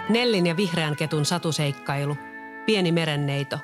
Nellin ja vihreän ketun satuseikkailu. Pieni merenneito.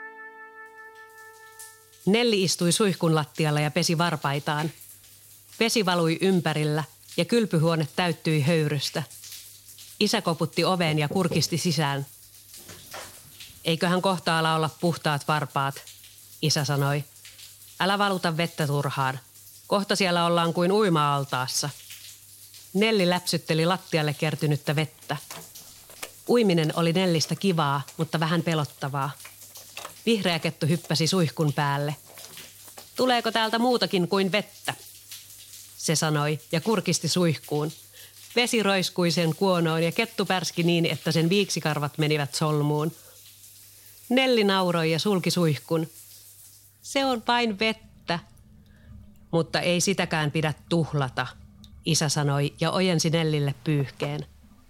Nelli istui suihkun lattialla ja pesi varpaitaan. Vesi valui ympärillä ja kylpyhuone täyttyi höyrystä. Isä koputti oveen ja kurkisti sisään. Eiköhän kohta ala olla puhtaat varpaat, isä sanoi. Älä valuta vettä turhaan. Kohta siellä ollaan kuin uima-altaassa. Nelli läpsytteli lattialle kertynyttä vettä. Uiminen oli Nellistä kivaa, mutta vähän pelottavaa. Vihreä kettu hyppäsi suihkun päälle. Tuleeko täältä muutakin kuin vettä? Se sanoi ja kurkisti suihkuun. Vesi roiskui sen kuonoon ja kettu pärski niin, että sen viiksikarvat menivät solmuun. Nelli nauroi ja sulki suihkun. Se on vain vettä. Mutta ei sitäkään pidä tuhlata, isä sanoi ja ojensi Nellille pyyhkeen.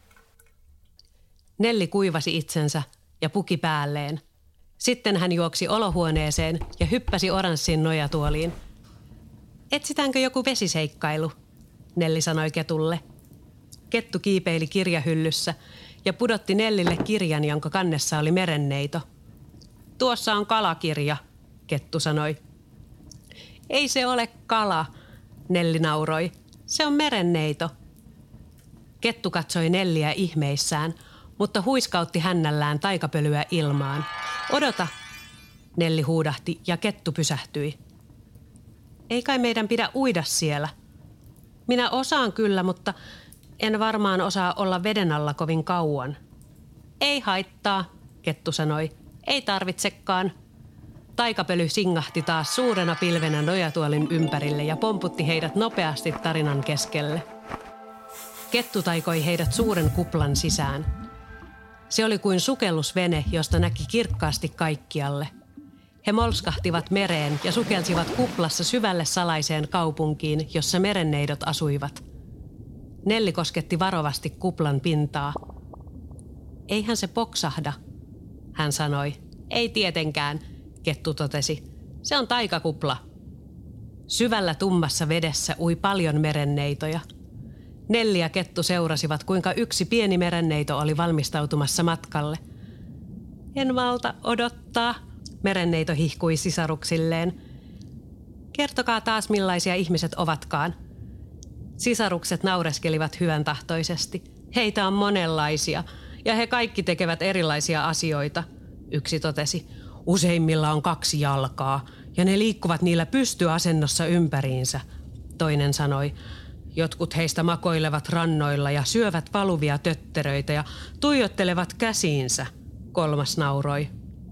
Nelli kuivasi itsensä ja puki päälleen. Sitten hän juoksi olohuoneeseen ja hyppäsi oranssin nojatuoliin. Etsitäänkö joku vesiseikkailu, Nelli sanoi ketulle. Kettu kiipeili kirjahyllyssä ja pudotti Nellille kirjan, jonka kannessa oli merenneito. Tuossa on kalakirja, kettu sanoi. Ei se ole kala, Nelli nauroi. Se on merenneito. Kettu katsoi Nelliä ihmeissään, mutta huiskautti hännällään taikapölyä ilmaan. Odota, Nelli huudahti ja kettu pysähtyi. Ei kai meidän pidä uida siellä. Minä osaan kyllä, mutta en varmaan osaa olla veden alla kovin kauan. Ei haittaa, kettu sanoi. Ei tarvitsekaan. Taikapöly singahti taas suurena pilvenä nojatuolin ympärille ja pomputti heidät nopeasti tarinan keskelle. Kettu taikoi heidät suuren kuplan sisään. Se oli kuin sukellusvene, josta näki kirkkaasti kaikkialle. He molskahtivat mereen ja sukelsivat kuplassa syvälle salaiseen kaupunkiin, jossa merenneidot asuivat. Nelli kosketti varovasti kuplan pintaa. Eihän se poksahda, hän sanoi. Ei tietenkään, kettu totesi. Se on taikakupla. Syvällä tummassa vedessä ui paljon merenneitoja. Nelli ja kettu seurasivat, kuinka yksi pieni merenneito oli valmistautumassa matkalle. En malta odottaa, merenneito hihkui sisaruksilleen. Kertokaa taas, millaisia ihmiset ovatkaan. Sisarukset naureskelivat hyvän tahtoisesti. Heitä on monenlaisia ja he kaikki tekevät erilaisia asioita, yksi totesi. Useimmilla on 2 jalkaa ja ne liikkuvat niillä pystyasennossa ympäriinsä, toinen sanoi. Jotkut heistä makoilevat rannoilla ja syövät valuvia tötteröitä ja tuijottelevat käsiinsä, kolmas nauroi.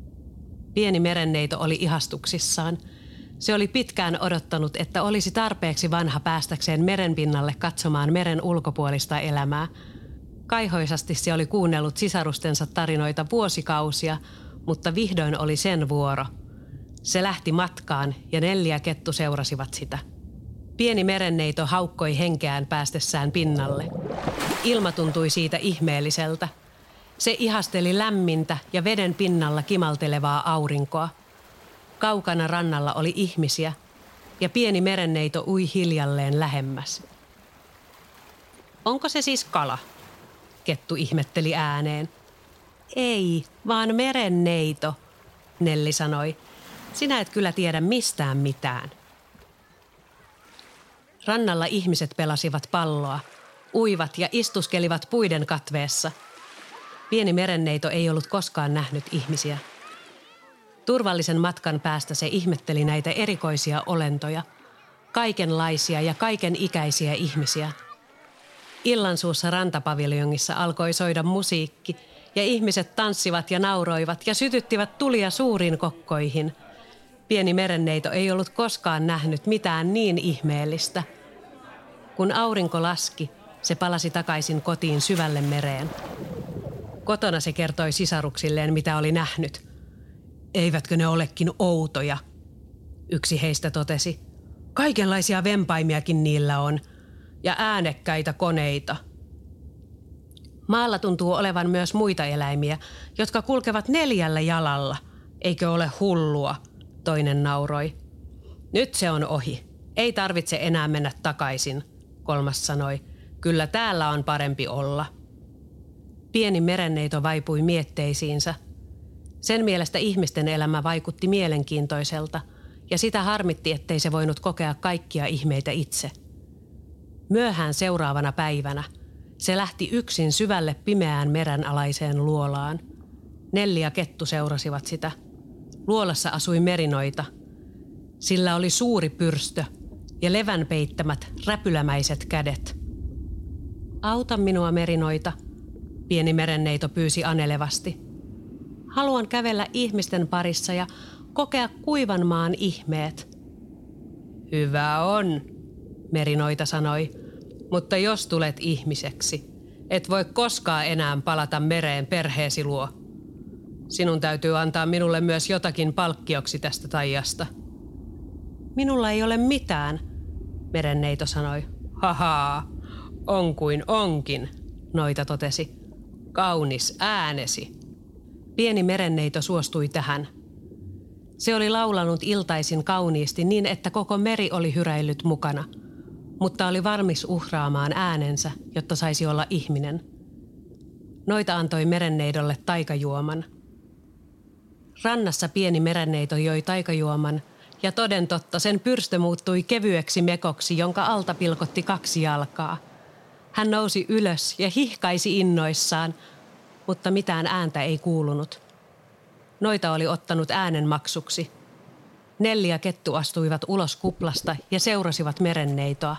Pieni merenneito oli ihastuksissaan. Se oli pitkään odottanut, että olisi tarpeeksi vanha päästäkseen merenpinnalle katsomaan meren ulkopuolista elämää. Kaihoisasti se oli kuunnellut sisarustensa tarinoita vuosikausia, mutta vihdoin oli sen vuoro. Se lähti matkaan ja Nelli ja kettu seurasivat sitä. Pieni merenneito haukkoi henkeään päästessään pinnalle. Ilma tuntui siitä ihmeelliseltä. Se ihasteli lämmintä ja veden pinnalla kimaltelevaa aurinkoa. Kaukana rannalla oli ihmisiä ja pieni merenneito ui hiljalleen lähemmäs. Onko se siis kala? Kettu ihmetteli ääneen. Ei, vaan merenneito, Nelli sanoi. Sinä et kyllä tiedä mistään mitään. Rannalla ihmiset pelasivat palloa, uivat ja istuskelivat puiden katveessa. Pieni merenneito ei ollut koskaan nähnyt ihmisiä. Turvallisen matkan päästä se ihmetteli näitä erikoisia olentoja, kaikenlaisia ja kaiken ikäisiä ihmisiä. Illansuussa rantapaviljongissa alkoi soida musiikki ja ihmiset tanssivat ja nauroivat ja sytyttivät tulia suuriin kokkoihin. Pieni merenneito ei ollut koskaan nähnyt mitään niin ihmeellistä. Kun aurinko laski, se palasi takaisin kotiin syvälle mereen. Kotona se kertoi sisaruksilleen, mitä oli nähnyt. Eivätkö ne olekin outoja, yksi heistä totesi. Kaikenlaisia vempaimiakin niillä on ja äänekkäitä koneita. Maalla tuntuu olevan myös muita eläimiä, jotka kulkevat 4 jalalla. Eikö ole hullua? Toinen nauroi. Nyt se on ohi. Ei tarvitse enää mennä takaisin, kolmas sanoi. Kyllä täällä on parempi olla. Pieni merenneito vaipui mietteisiinsä. Sen mielestä ihmisten elämä vaikutti mielenkiintoiselta ja sitä harmitti, ettei se voinut kokea kaikkia ihmeitä itse. Myöhään seuraavana päivänä se lähti yksin syvälle pimeään merenalaiseen luolaan. Nelli ja Kettu seurasivat sitä. Luolassa asui merinoita. Sillä oli suuri pyrstö ja levän peittämät räpylämäiset kädet. Auta minua, merinoita, pieni merenneito pyysi anelevasti. Haluan kävellä ihmisten parissa ja kokea kuivan maan ihmeet. Hyvä on, merinoita sanoi, mutta jos tulet ihmiseksi, et voi koskaan enää palata mereen perheesi luo. Sinun täytyy antaa minulle myös jotakin palkkioksi tästä taijasta. Minulla ei ole mitään, merenneito sanoi. Hahaa, on kuin onkin, noita totesi. Kaunis äänesi. Pieni merenneito suostui tähän. Se oli laulanut iltaisin kauniisti niin, että koko meri oli hyräillyt mukana, mutta oli valmis uhraamaan äänensä, jotta saisi olla ihminen. Noita antoi merenneidolle taikajuoman. Rannassa pieni merenneito joi taikajuoman ja toden totta sen pyrstö muuttui kevyeksi mekoksi, jonka alta pilkotti 2 jalkaa. Hän nousi ylös ja hihkaisi innoissaan, mutta mitään ääntä ei kuulunut. Noita oli ottanut äänen maksuksi. Nelli ja Kettu astuivat ulos kuplasta ja seurasivat merenneitoa.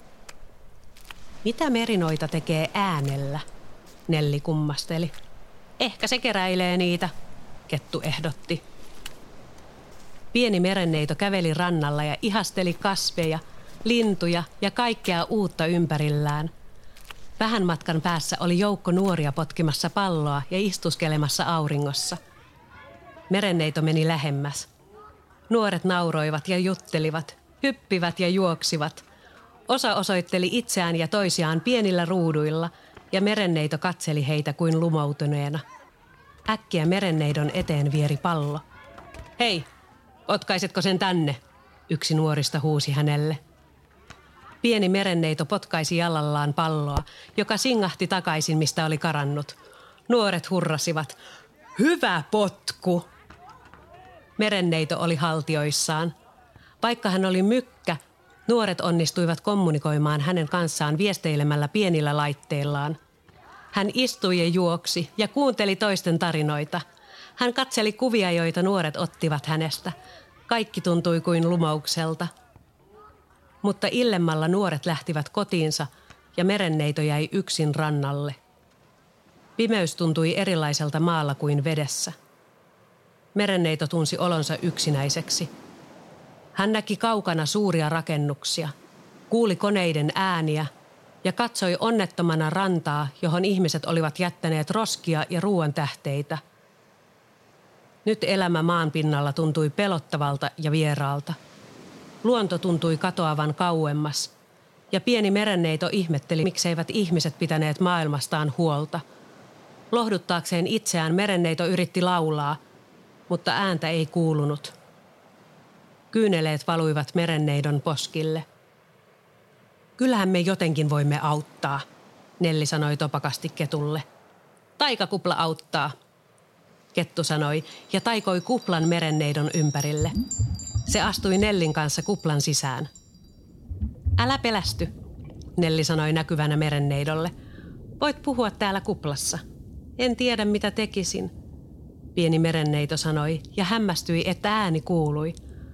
Mitä merinoita tekee äänellä? Nelli kummasteli. Ehkä se keräilee niitä, Kettu ehdotti. Pieni merenneito käveli rannalla ja ihasteli kasveja, lintuja ja kaikkea uutta ympärillään. Vähän matkan päässä oli joukko nuoria potkimassa palloa ja istuskelemassa auringossa. Merenneito meni lähemmäs. Nuoret nauroivat ja juttelivat, hyppivät ja juoksivat. Osa osoitteli itseään ja toisiaan pienillä ruuduilla ja merenneito katseli heitä kuin lumoutuneena. Äkkiä merenneidon eteen vieri pallo. Hei, otkaisetko sen tänne? Yksi nuorista huusi hänelle. Pieni merenneito potkaisi jalallaan palloa, joka singahti takaisin, mistä oli karannut. Nuoret hurrasivat. Hyvä potku! Merenneito oli haltioissaan. Vaikka hän oli mykkä, nuoret onnistuivat kommunikoimaan hänen kanssaan viesteilemällä pienillä laitteillaan. Hän istui ja juoksi ja kuunteli toisten tarinoita. Hän katseli kuvia, joita nuoret ottivat hänestä. Kaikki tuntui kuin lumoukselta. Mutta illemmalla nuoret lähtivät kotiinsa ja merenneito jäi yksin rannalle. Pimeys tuntui erilaiselta maalla kuin vedessä. Merenneito tunsi olonsa yksinäiseksi. Hän näki kaukana suuria rakennuksia, kuuli koneiden ääniä ja katsoi onnettomana rantaa, johon ihmiset olivat jättäneet roskia ja ruoantähteitä. Nyt elämä maanpinnalla tuntui pelottavalta ja vieraalta. Luonto tuntui katoavan kauemmas, ja pieni merenneito ihmetteli, mikseivät ihmiset pitäneet maailmastaan huolta. Lohduttaakseen itseään merenneito yritti laulaa, mutta ääntä ei kuulunut. Kyyneleet valuivat merenneidon poskille. Kyllähän me jotenkin voimme auttaa, Nelli sanoi topakasti Ketulle. Taikakupla auttaa, Kettu sanoi ja taikoi kuplan merenneidon ympärille. Se astui Nellin kanssa kuplan sisään. Älä pelästy, Nelli sanoi näkyvänä merenneidolle. Voit puhua täällä kuplassa. En tiedä mitä tekisin, pieni merenneito sanoi ja hämmästyi, että ääni kuului.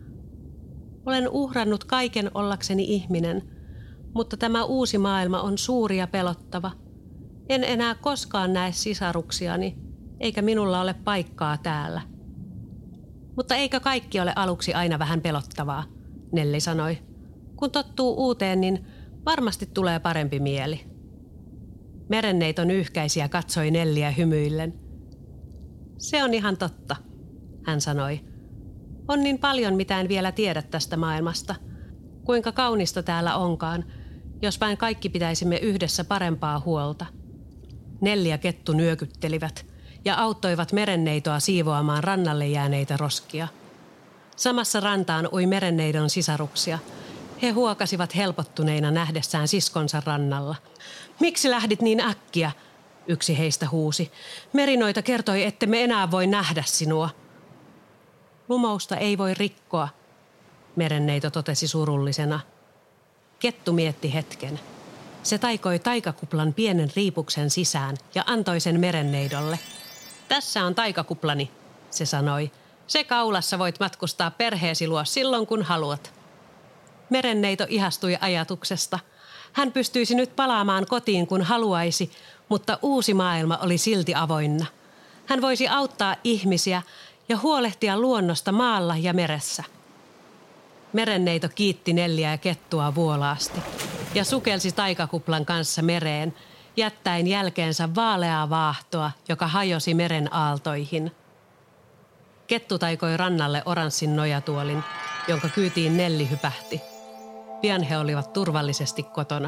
Olen uhrannut kaiken ollakseni ihminen, mutta tämä uusi maailma on suuri ja pelottava. En enää koskaan näe sisaruksiani, eikä minulla ole paikkaa täällä. Mutta eikö kaikki ole aluksi aina vähän pelottavaa, Nelli sanoi. Kun tottuu uuteen, niin varmasti tulee parempi mieli. Merenneito nyyhkäisi ja katsoi Nelliä hymyillen. Se on ihan totta, hän sanoi. On niin paljon, mitä en vielä tiedä tästä maailmasta. Kuinka kaunista täällä onkaan, jos vain kaikki pitäisimme yhdessä parempaa huolta. Nelli ja Kettu nyökyttelivät ja auttoivat merenneitoa siivoamaan rannalle jääneitä roskia. Samassa rantaan ui merenneidon sisaruksia. He huokasivat helpottuneina nähdessään siskonsa rannalla. Miksi lähdit niin äkkiä? Yksi heistä huusi. Merinoita kertoi, ettemme enää voi nähdä sinua. Lumousta ei voi rikkoa, merenneito totesi surullisena. Kettu mietti hetken. Se taikoi taikakuplan pienen riipuksen sisään ja antoi sen merenneidolle. Tässä on taikakuplani, se sanoi. Se kaulassa voit matkustaa perheesi luo silloin kun haluat. Merenneito ihastui ajatuksesta. Hän pystyisi nyt palaamaan kotiin kun haluaisi, mutta uusi maailma oli silti avoinna. Hän voisi auttaa ihmisiä ja huolehtia luonnosta maalla ja meressä. Merenneito kiitti Nelliä ja Kettua vuolaasti ja sukelsi taikakuplan kanssa mereen, jättäen jälkeensä vaaleaa vaahtoa, joka hajosi meren aaltoihin. Kettu taikoi rannalle oranssin nojatuolin, jonka kyytiin Nelli hypähti. Pian he olivat turvallisesti kotona.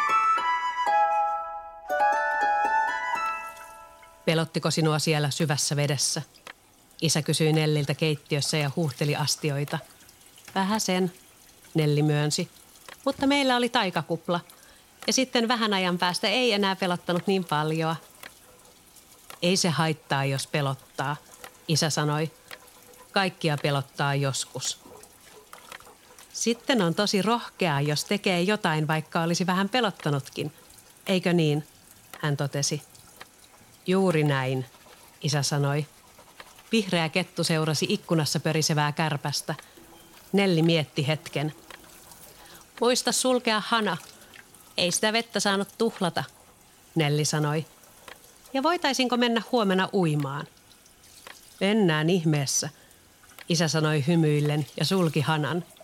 Pelottiko sinua siellä syvässä vedessä? Isä kysyi Nelliltä keittiössä ja huuhteli astioita. Vähäsen, Nelli myönsi, mutta meillä oli taikakupla. Ja sitten vähän ajan päästä ei enää pelottanut niin paljoa. Ei se haittaa, jos pelottaa, isä sanoi. Kaikkia pelottaa joskus. Sitten on tosi rohkeaa, jos tekee jotain, vaikka olisi vähän pelottanutkin. Eikö niin? Hän totesi. Juuri näin, isä sanoi. Vihreä kettu seurasi ikkunassa pörisevää kärpästä. Nelli mietti hetken. Muista sulkea hana. Ei sitä vettä saanut tuhlata, Nelli sanoi. Ja voitaisinko mennä huomenna uimaan? Mennään ihmeessä, isä sanoi hymyillen ja sulki hanan.